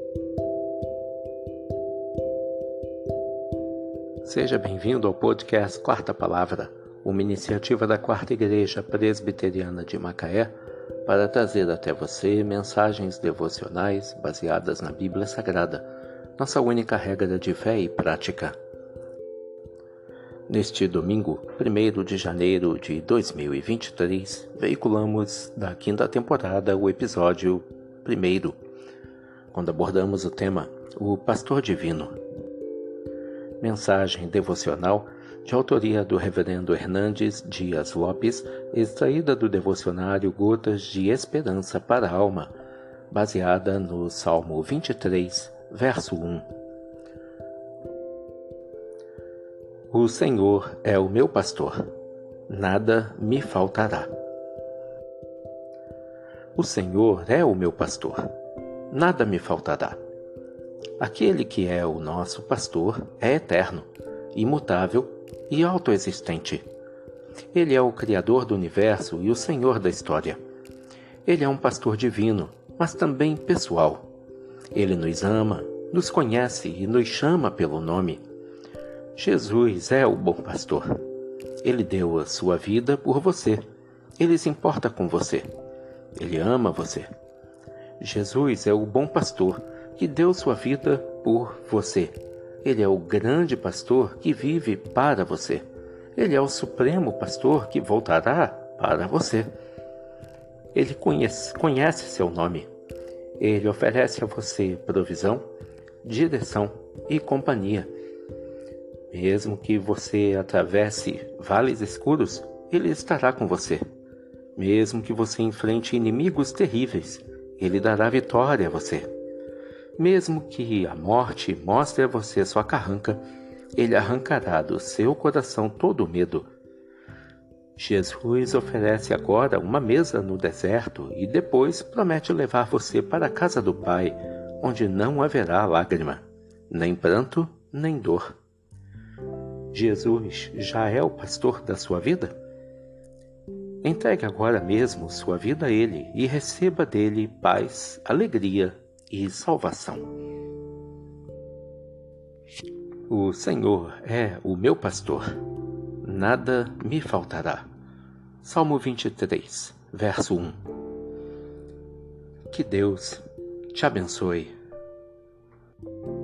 Seja bem-vindo ao podcast Quarta Palavra, uma iniciativa da Quarta Igreja Presbiteriana de Macaé para trazer até você mensagens devocionais baseadas na Bíblia Sagrada, nossa única regra de fé e prática. Neste domingo, 1º de janeiro de 2023, veiculamos da quinta temporada o episódio 1º, quando abordamos o tema O Pastor Divino. Mensagem devocional de autoria do Reverendo Hernandes Dias Lopes, extraída do devocionário Gotas de Esperança para a Alma, baseada no Salmo 23, verso 1. O Senhor é o meu pastor, nada me faltará. O Senhor é o meu pastor, nada me faltará. Aquele que é o nosso pastor é eterno, imutável e autoexistente. Ele é o Criador do universo e o Senhor da história. Ele é um pastor divino, mas também pessoal. Ele nos ama, nos conhece e nos chama pelo nome. Jesus é o bom pastor. Ele deu a sua vida por você. Ele se importa com você. Ele ama você. Jesus é o bom pastor que deu sua vida por você. Ele é o grande pastor que vive para você. Ele é o supremo pastor que voltará para você. Ele conhece seu nome. Ele oferece a você provisão, direção e companhia. Mesmo que você atravesse vales escuros, Ele estará com você. Mesmo que você enfrente inimigos terríveis, Ele dará vitória a você. Mesmo que a morte mostre a você sua carranca, Ele arrancará do seu coração todo o medo. Jesus oferece agora uma mesa no deserto e depois promete levar você para a casa do Pai, onde não haverá lágrima, nem pranto, nem dor. Jesus já é o pastor da sua vida? Entregue agora mesmo sua vida a Ele e receba dele paz, alegria e salvação. O Senhor é o meu pastor, nada me faltará. Salmo 23, verso 1. Que Deus te abençoe.